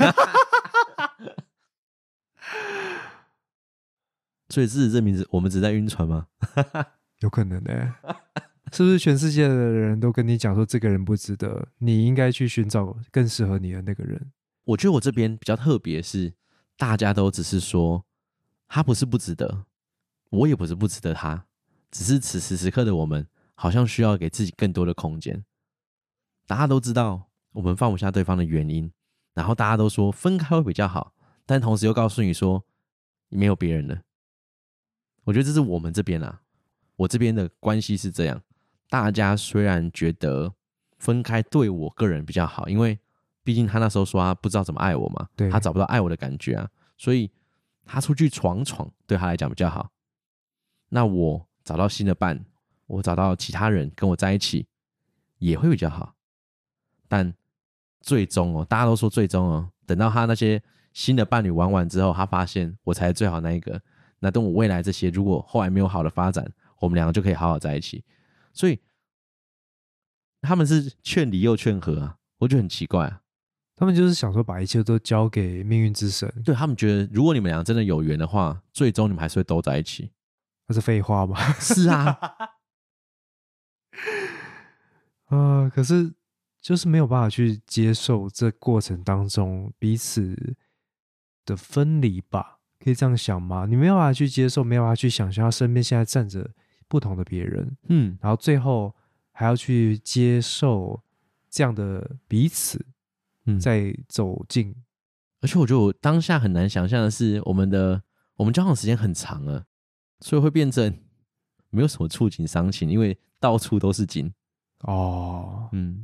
所以事实证明，我们只在晕船吗？ 有可能哎、欸，是不是全世界的人都跟你讲说这个人不值得，你应该去寻找更适合你的那个人？ 我觉得我这边比较特别是，大家都只是说他不是不值得，我也不是不值得他，只是此时此刻的我们好像需要给自己更多的空间。大家都知道我们放不下对方的原因，然后大家都说分开会比较好，但同时又告诉你说没有别人了。我觉得这是我们这边啊，我这边的关系是这样。大家虽然觉得分开对我个人比较好，因为毕竟他那时候说他不知道怎么爱我嘛，他找不到爱我的感觉啊，所以他出去闯闯对他来讲比较好。那我找到新的伴，我找到其他人跟我在一起也会比较好。但最终哦，大家都说最终哦，等到他那些新的伴侣玩完之后，他发现我才是最好那一个。那等我未来这些如果后来没有好的发展，我们两个就可以好好在一起。所以他们是劝离又劝和啊，我觉得很奇怪啊。 他们就是想说把一切都交给命运之神。 对，他们觉得如果你们俩真的有缘的话，最终你们还是会都在一起。 那是废话吗？ 是啊， 呃，可是就是没有办法去接受这过程当中彼此的分离吧，可以这样想吗？你没有办法去接受，没有办法去想象他身边现在站着不同的别人， 嗯， 然后最后还要去接受这样的彼此， 嗯， 再走近。 而且我觉得我当下很难想象的是，我们的我们交往时间很长了，所以会变成没有什么触景伤情，因为到处都是景。 哦， 嗯，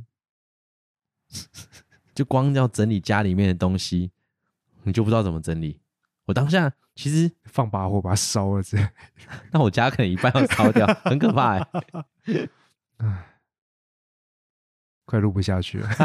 就光要整理家里面的东西，你就不知道怎么整理。我当下其实放把火把它烧了之类。 那我家可能一半要烧掉，很可怕哎、欸。 唉，快录不下去了。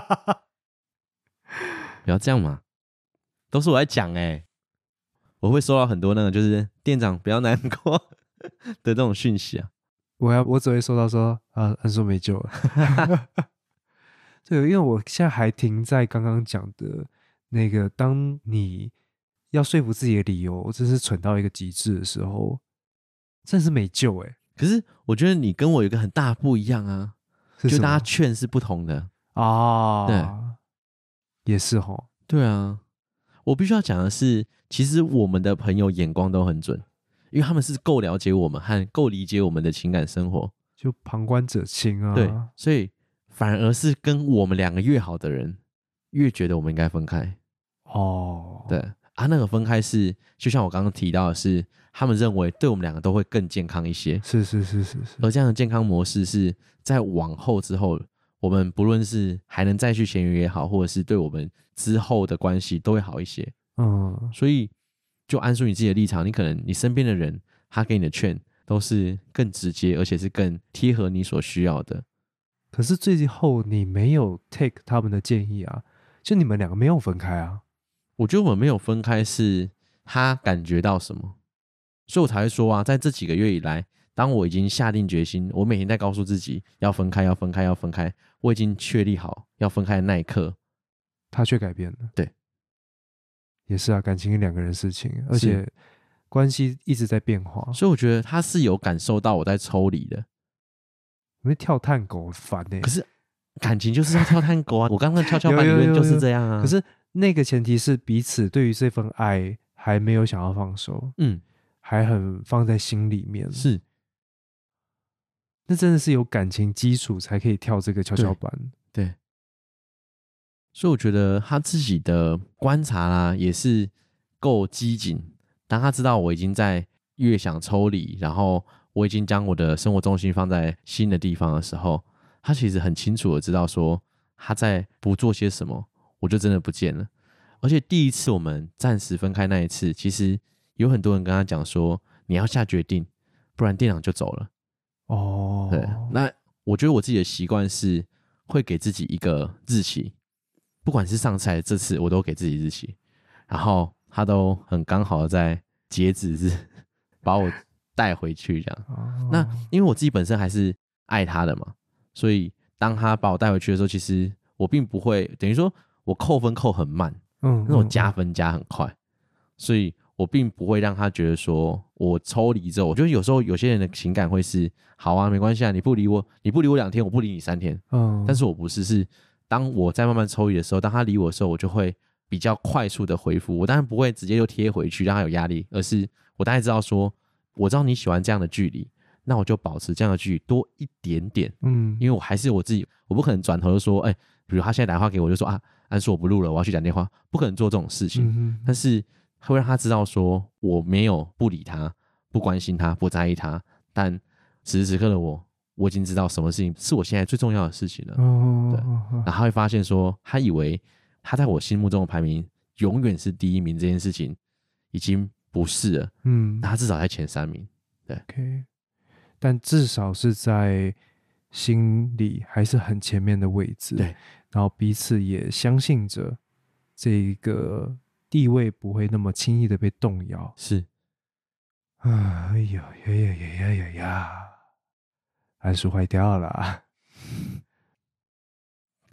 不要这样嘛，都是我在讲哎、欸，我会收到很多那个就是店长不要难过的这种讯息啊。 我要我只会收到说啊，安叔没救了。对，因为我现在还停在刚刚讲的那个，当你要说服自己的理由真是蠢到一个极致的时候，真的是没救哎、欸。 可是我觉得你跟我有一个很大不一样啊，就大家劝是不同的啊。 对， 也是齁。 对啊，我必须要讲的是，其实我们的朋友眼光都很准，因为他们是够了解我们和够理解我们的情感生活， 就旁观者清啊。 对，所以反而是跟我们两个越好的人，越觉得我们应该分开。 哦， 对啊，那个分开是，就像我刚刚提到的是，他们认为对我们两个都会更健康一些。 是是是是是。 而这样的健康模式是在往后之后，我们不论是还能再续前缘也好，或者是对我们之后的关系都会好一些。 嗯， 所以就按照你自己的立场，你可能你身边的人他给你的劝都是更直接，而且是更贴合你所需要的。 可是最后你没有 take 他们的建议啊，就你们两个没有分开啊。 我觉得我们没有分开是他感觉到什么，所以我才会说啊，在这几个月以来，当我已经下定决心，我每天在告诉自己要分开要分开要分开，我已经确立好要分开的那一刻， 他却改变了。 对， 也是啊，感情是两个人的事情，而且关系一直在变化， 所以我觉得他是有感受到我在抽离的。 因为跳探狗很烦欸。 可是感情就是要跳探狗啊，我刚刚跷跷板理论就是这样啊。 可是那个前提是彼此对于这份爱还没有想要放手， 嗯， 还很放在心里面。 是， 那真的是有感情基础才可以跳这个跷跷板。 对，对，所以我觉得他自己的观察啦也是够机警。当他知道我已经在越想抽离，然后我已经将我的生活重心放在新的地方的时候，他其实很清楚的知道说他在不做些什么，我就真的不见了。而且第一次我们暂时分开那一次，其实有很多人跟他讲说你要下决定，不然店长就走了。 哦， 对，那我觉得我自己的习惯是会给自己一个日期，不管是上次还是这次，我都给自己日期，然后他都很刚好的在截止日把我带回去这样。 哦， 那因为我自己本身还是爱他的嘛，所以当他把我带回去的时候，其实我并不会等于说我扣分扣很慢， 嗯， 那种加分加很快，所以我并不会让他觉得说我抽离之后，我觉得有时候有些人的情感会是好啊，没关系啊，你不理我，你不理我两天，我不理你三天， 嗯， 但是我不是，是当我在慢慢抽离的时候，当他理我的时候，我就会比较快速的回复。我当然不会直接就贴回去让他有压力，而是我大概知道说，我知道你喜欢这样的距离，那我就保持这样的距离多一点点， 嗯， 因为我还是我自己，我不可能转头就说，哎、欸，比如他现在打电话给我，就说啊，安叔我不录了，我要去讲电话，不可能做这种事情。 嗯， 但是会让他知道说我没有不理他，不关心他，不在意他，但此时此刻的我，我已经知道什么事情是我现在最重要的事情了。 哦， 对，然后他会发现说，他以为他在我心目中的排名永远是第一名，这件事情已经不是了。 嗯， 那他至少在前三名。对 ，OK， 但至少是在心里还是很前面的位置。 对， 然后彼此也相信着这个地位不会那么轻易的被动摇。 是， 啊，哎呀呀呀呀呀呀呀，安叔坏掉了。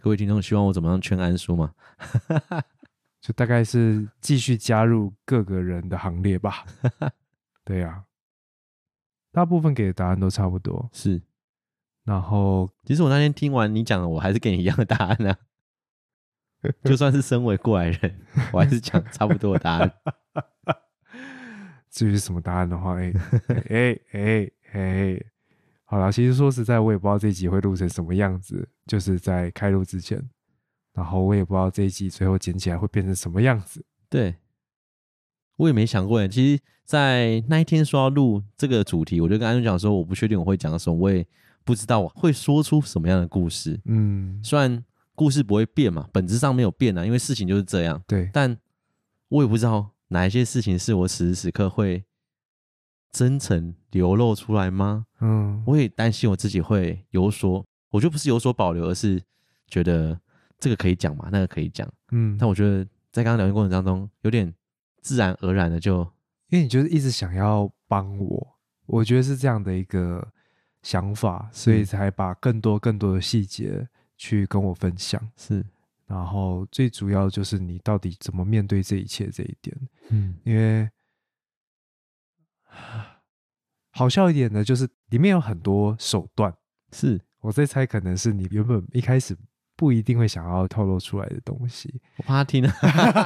各位听众希望我怎么样劝安叔吗？ 就大概是继续加入各个人的行列吧。对啊，大部分给的答案都差不多。 是， 然后其实我那天听完你讲的，我还是给你一样的答案啊。就算是身为过来人，我还是讲差不多的答案。 至于什么答案的话，哎哎哎哎，好啦，其实说实在，我也不知道这一集会录成什么样子，就是在开录之前，然后我也不知道这一集最后剪起来会变成什么样子。 对，我也没想过耶。其实，在那一天说要录这个主题，我就跟安叔讲说，我不确定我会讲什么，我也不知道我会说出什么样的故事。 嗯， 虽然故事不会变嘛，本质上没有变啊，因为事情就是这样。 对， 但我也不知道哪一些事情是我此时此刻会真诚流露出来吗？ 嗯， 我也担心我自己会有所，我觉得不是有所保留，而是觉得这个可以讲嘛，那个可以讲。 嗯， 但我觉得在刚刚聊天过程当中，有点自然而然的就， 因为你就是一直想要帮我，我觉得是这样的一个想法，所以才把更多更多的细节去跟我分享。 是， 然后最主要就是你到底怎么面对这一切这一点。 嗯， 因为好笑一点的就是里面有很多手段， 是我在猜可能是你原本一开始不一定会想要透露出来的东西。 我怕他听啊，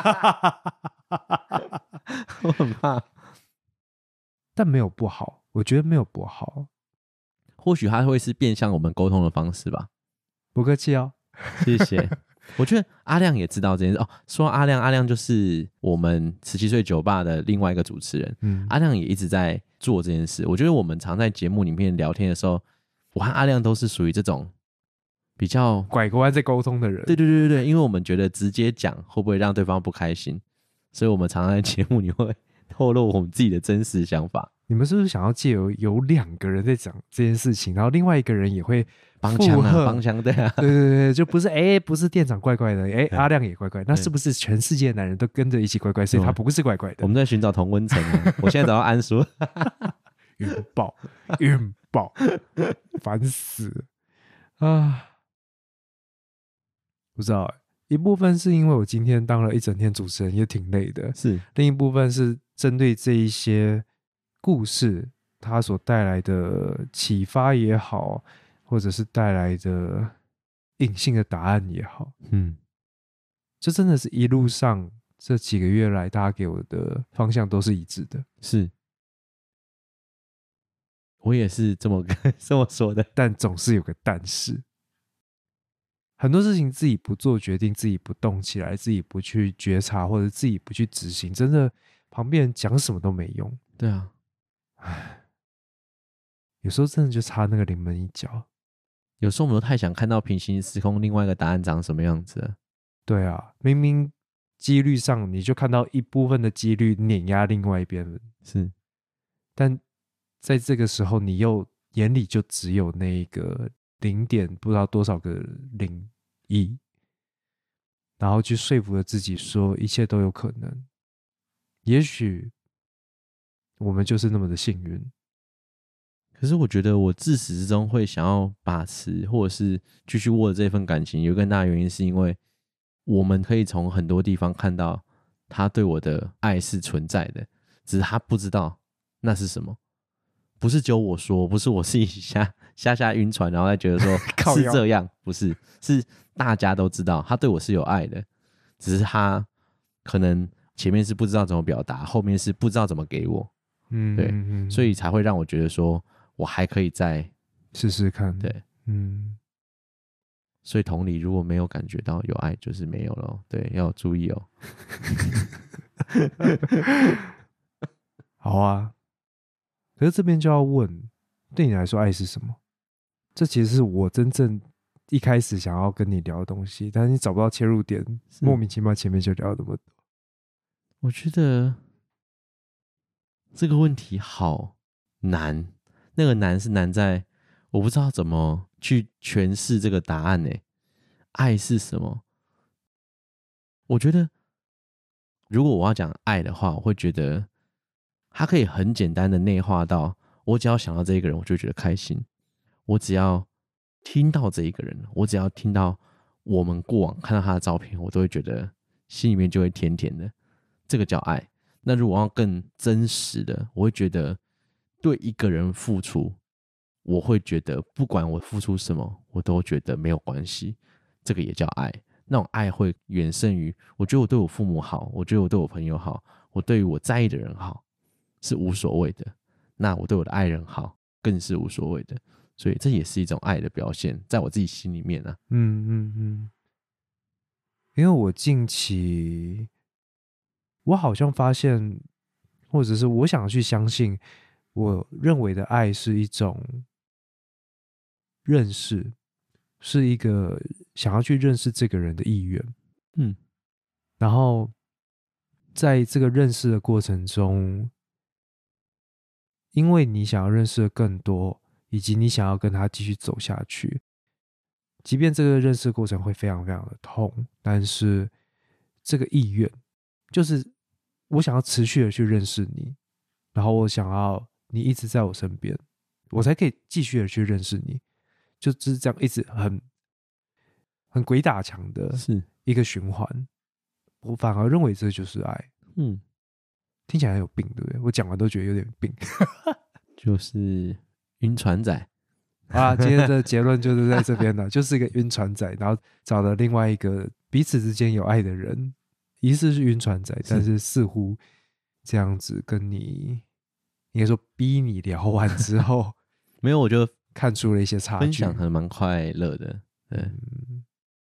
我很怕。 但没有不好，我觉得没有不好。 或许他会是变相我们沟通的方式吧。 不客气哦， 谢谢。我觉得阿亮也知道这件事哦。说阿亮，阿亮就是我们十七岁酒吧的另外一个主持人。 嗯， 阿亮也一直在做这件事。我觉得我们常在节目里面聊天的时候，我和阿亮都是属于这种比较拐个弯在沟通的人。 对对对对对，因为我们觉得直接讲会不会让对方不开心，所以我们常常在节目里会透露我们自己的真实想法。 你们是不是想要借由有两个人在讲这件事情，然后另外一个人也会帮腔啊， 附和帮腔，对啊， 对对对，就不是哎，不是店长怪怪的，哎，阿亮也怪怪，那是不是全世界的男人都跟着一起怪怪，所以他不是怪怪的？ 我们在寻找同温层啊。我现在找到安叔， 晕爆，晕爆，烦死了啊！不知道欸，一部分是因为我今天当了一整天主持人，也挺累的； 是另一部分是针对这一些故事，它所带来的启发也好，或者是带来的隐性的答案也好， 嗯， 这真的是一路上这几个月来，大家给我的方向都是一致的。 是。我也是这么这么说的， 但总是有个但是，很多事情自己不做决定，自己不动起来，自己不去觉察，或者自己不去执行，真的旁边人讲什么都没用。 对啊， 唉，有时候真的就差那个临门一脚。 有时候我们都太想看到平行时空另外一个答案长什么样子了。 对啊，明明几率上你就看到一部分的几率碾压另外一边了， 是， 但在这个时候，你又眼里就只有那个零点不知道多少个零一，然后去说服了自己说一切都有可能。也许我们就是那么的幸运。 可是我觉得我自始至终会想要把持，或者是继续握着这份感情，有一个很大的原因是因为我们可以从很多地方看到他对我的爱是存在的，只是他不知道那是什么。不是只有我说，不是我自己瞎瞎瞎晕船，然后再觉得说是这样，不是，是大家都知道他对我是有爱的，只是他可能前面是不知道怎么表达，后面是不知道怎么给我， 嗯， 对， 嗯， 所以才会让我觉得说我还可以再试试看。 对， 嗯， 所以同理，如果没有感觉到有爱，就是没有了，对，要注意哦。 好啊。可是这边就要问，对你来说爱是什么？这其实是我真正一开始想要跟你聊的东西，但是你找不到切入点，莫名其妙前面就聊那么多。 我觉得这个问题好难，那个难是难在我不知道怎么去诠释这个答案呢。爱是什么？我觉得如果我要讲爱的话，我会觉得它可以很简单的内化到，我只要想到这一个人，我就觉得开心。我只要听到这一个人，我只要听到我们过往看到他的照片，我都会觉得心里面就会甜甜的，这个叫爱。那如果要更真实的，我会觉得对一个人付出，我会觉得不管我付出什么，我都觉得没有关系，这个也叫爱。那种爱会远胜于我觉得我对我父母好，我觉得我对我朋友好，我对于我在意的人好是无所谓的，那我对我的爱人好更是无所谓的，所以这也是一种爱的表现，在我自己心里面啊。 嗯嗯嗯，因为我近期我好像发现，或者是我想去相信，我认为的爱是一种认识，是一个想要去认识这个人的意愿。 嗯， 然后在这个认识的过程中，因为你想要认识的更多，以及你想要跟他继续走下去，即便这个认识过程会非常非常的痛，但是这个意愿就是我想要持续的去认识你，然后我想要你一直在我身边，我才可以继续的去认识你，就就是这样一直很很鬼打墙的是， 一个循环。我反而认为这就是爱。 嗯， 听起来很有病，对不对？我讲完都觉得有点病。 就是晕船仔。 啊，今天的结论就是在这边了，就是一个晕船仔，然后找了另外一个彼此之间有爱的人，疑似是晕船仔，但是似乎这样子跟你应该说逼你聊完之后， 没有，我觉得看出了一些差距。 分享还蛮快乐的。对， 嗯，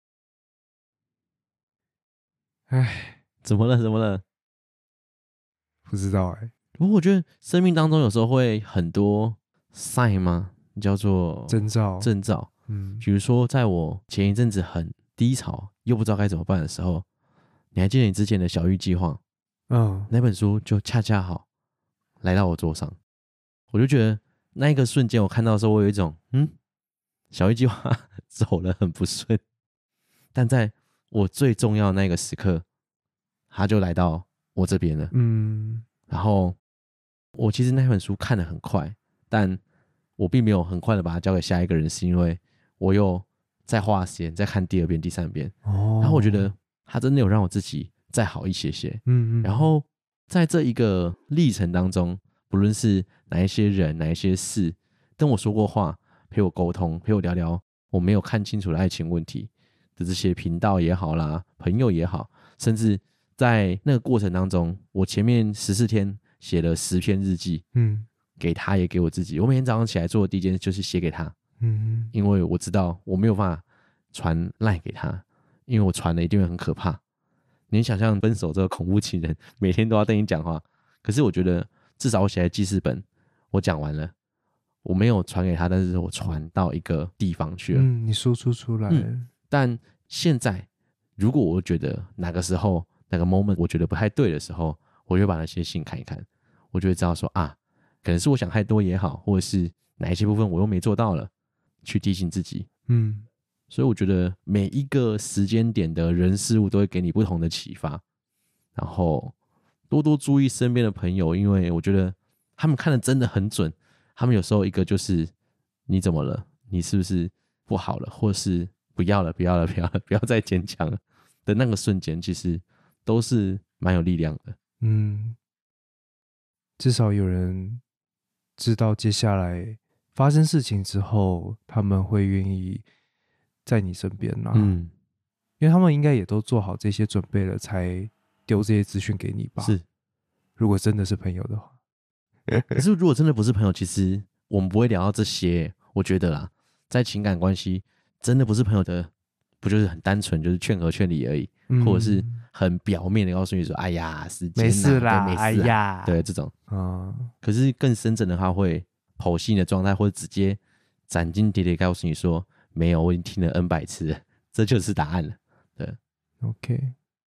唉， 怎么了？怎么了？ 不知道哎、 不过我觉得生命当中有时候会很多 sign 吗？叫做征兆， 征兆。 嗯比如说，在我前一阵子很低潮，又不知道该怎么办的时候，你还记得你之前的小玉计划嗯那本书就恰恰好来到我桌上，我就觉得那一个瞬间，我看到的时候，我有一种嗯，小玉计划走了很不顺，但在我最重要的那个时刻，他就来到我这边了。 嗯然后我其实那本书看得很快，但我并没有很快的把它交给下一个人，是因为我又再花时间再看第二遍、第三遍。 哦， 然后我觉得他真的有让我自己再好一些些。 嗯嗯， 然后在这一个历程当中，不论是哪一些人、哪一些事跟我说过话，陪我沟通，陪我聊聊我没有看清楚的爱情问题的这些频道也好啦，朋友也好，甚至在那个过程当中，我前面十四天写了十篇日记， 嗯给他也给我自己。我每天早上起来做的第一件事就是写给他， 嗯因为我知道我没有办法传赖给他，因为我传了一定会很可怕。你想象分手这个恐怖情人每天都要跟你讲话，可是我觉得至少我写在记事本，我讲完了，我没有传给他，但是我传到一个地方去了。 嗯，你输出出来， 嗯但现在如果我觉得哪个时候哪个 moment 我觉得不太对的时候，我就把那些信看一看，我就会知道说啊，可能是我想太多也好，或者是哪一些部分我又没做到了，去提醒自己。 嗯所以我觉得每一个时间点的人事物都会给你不同的启发，然后多多注意身边的朋友，因为我觉得他们看的真的很准。他们有时候一个就是你怎么了？你是不是不好了？或是不要了，不要了，不要了，不要再坚强了的那个瞬间，其实都是蛮有力量的。 嗯，至少有人知道接下来发生事情之后，他们会愿意在你身边啦、 嗯， 因为他们应该也都做好这些准备了，才丢这些资讯给你吧。 是。 如果真的是朋友的话， 可是如果真的不是朋友，其实我们不会聊到这些。我觉得啦，在情感关系真的不是朋友的，不就是很单纯，就是劝和劝离而已， 嗯或者是很表面的告诉你说：“哎呀，时间、啊、 没事啦， 对没事、啊、 哎呀， 对这种。 嗯， 可是更深层的，他会剖析你的状态，或者直接斩钉截铁告诉你说：“没有，我已经听了 N 百次了，这就是答案了。”对 OK，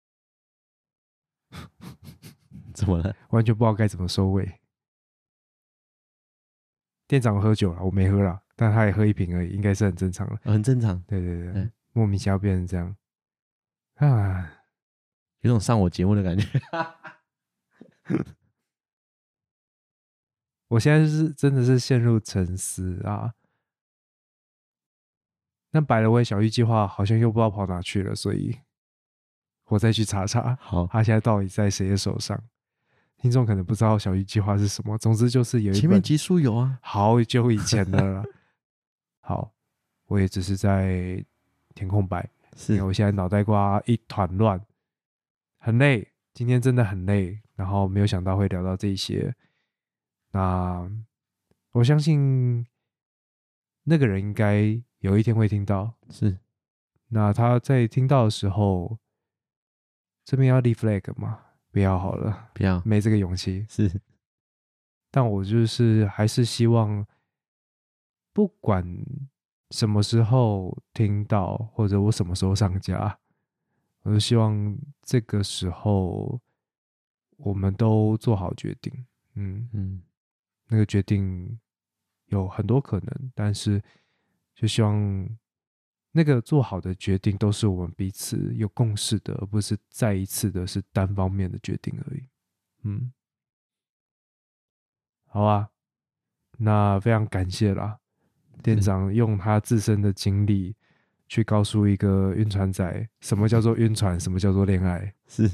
怎么了？ 完全不知道该怎么收尾。店长喝酒了，我没喝啦，但他也喝一瓶而已，应该是很正常的。 很正常， 对对对， 对莫名其妙变成这样啊！ 有种上我节目的感觉。 我现在是真的是陷入沉思啊。 但百了位小玉计划好像又不知道跑哪去了，所以我再去查查， 好， 他现在到底在谁的手上？听众可能不知道小玉计划是什么，总之就是有一本前面集数有啊， 好久以前的了。好，我也只是在填空白，因为是我现在脑袋瓜一团乱，很累，今天真的很累，然后没有想到会聊到这些。那我相信那个人应该有一天会听到， 是， 那他在听到的时候，这边要立 flag 吗？不要好了， 不要， 没这个勇气。 是但我就是还是希望，不管什么时候听到，或者我什么时候上架，我就希望这个时候我们都做好决定。嗯嗯， 那个决定有很多可能，但是就希望那个做好的决定都是我们彼此有共识的，而不是再一次的是单方面的决定而已。嗯，好啊，那非常感谢啦，店长用他自身的经历去告诉一个晕船仔什么叫做晕船，什么叫做恋爱。 是，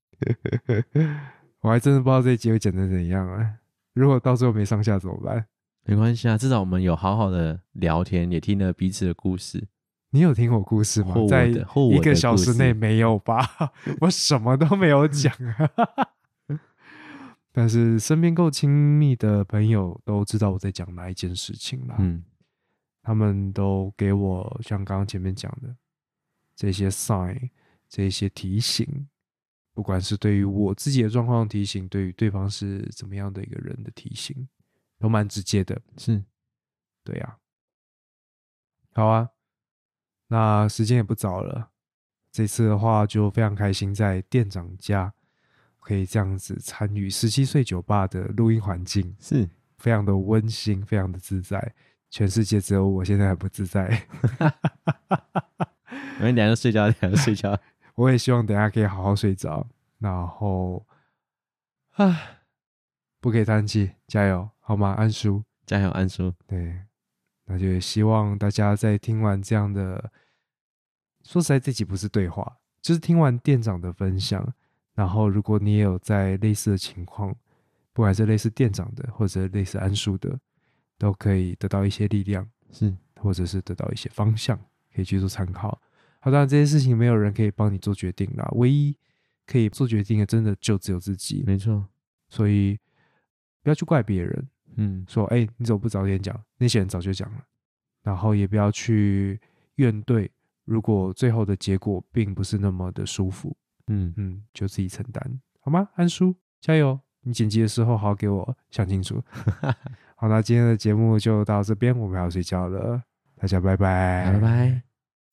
我还真的不知道这一集会剪成怎样啊！如果到最后没上下怎么办？ 没关系啊，至少我们有好好的聊天，也听了彼此的故事。 你有听我故事吗？ 或我在的或我的一个小时故事内没有吧？我什么都没有讲啊！但是身边够亲密的朋友都知道我在讲哪一件事情啦。 嗯， 他们都给我像刚刚前面讲的这些 sign， 这些提醒，不管是对于我自己的状况的提醒，对于对方是怎么样的一个人的提醒，都蛮直接的。 是， 对啊，好啊，那时间也不早了，这次的话就非常开心，在店长家可以这样子参与十七岁酒吧的录音环境， 是， 非常的温馨，非常的自在。全世界只有我现在还不自在。 我们等一下就睡觉，等一下就睡觉。 我也希望等一下可以好好睡着，然后，唉，不可以叹气，加油，好吗？安叔， 加油，安叔。 对，那就也希望大家在听完这样的，说实在，这集不是对话，就是听完店长的分享，然后如果你也有在类似的情况，不管是类似店长的，或者类似安叔的，都可以得到一些力量， 是， 或者是得到一些方向，可以去做参考。好，当然这些事情没有人可以帮你做决定啦，唯一可以做决定的，真的就只有自己。 没错。 所以不要去怪别人， 嗯， 说哎、欸，你怎么不早点讲？那些人早就讲了。然后也不要去怨怼，如果最后的结果并不是那么的舒服， 嗯嗯，就自己承担，好吗？安叔，加油！你剪辑的时候好好给我想清楚。好，那今天的节目就到这边，我们要睡觉了，大家拜拜， 拜拜。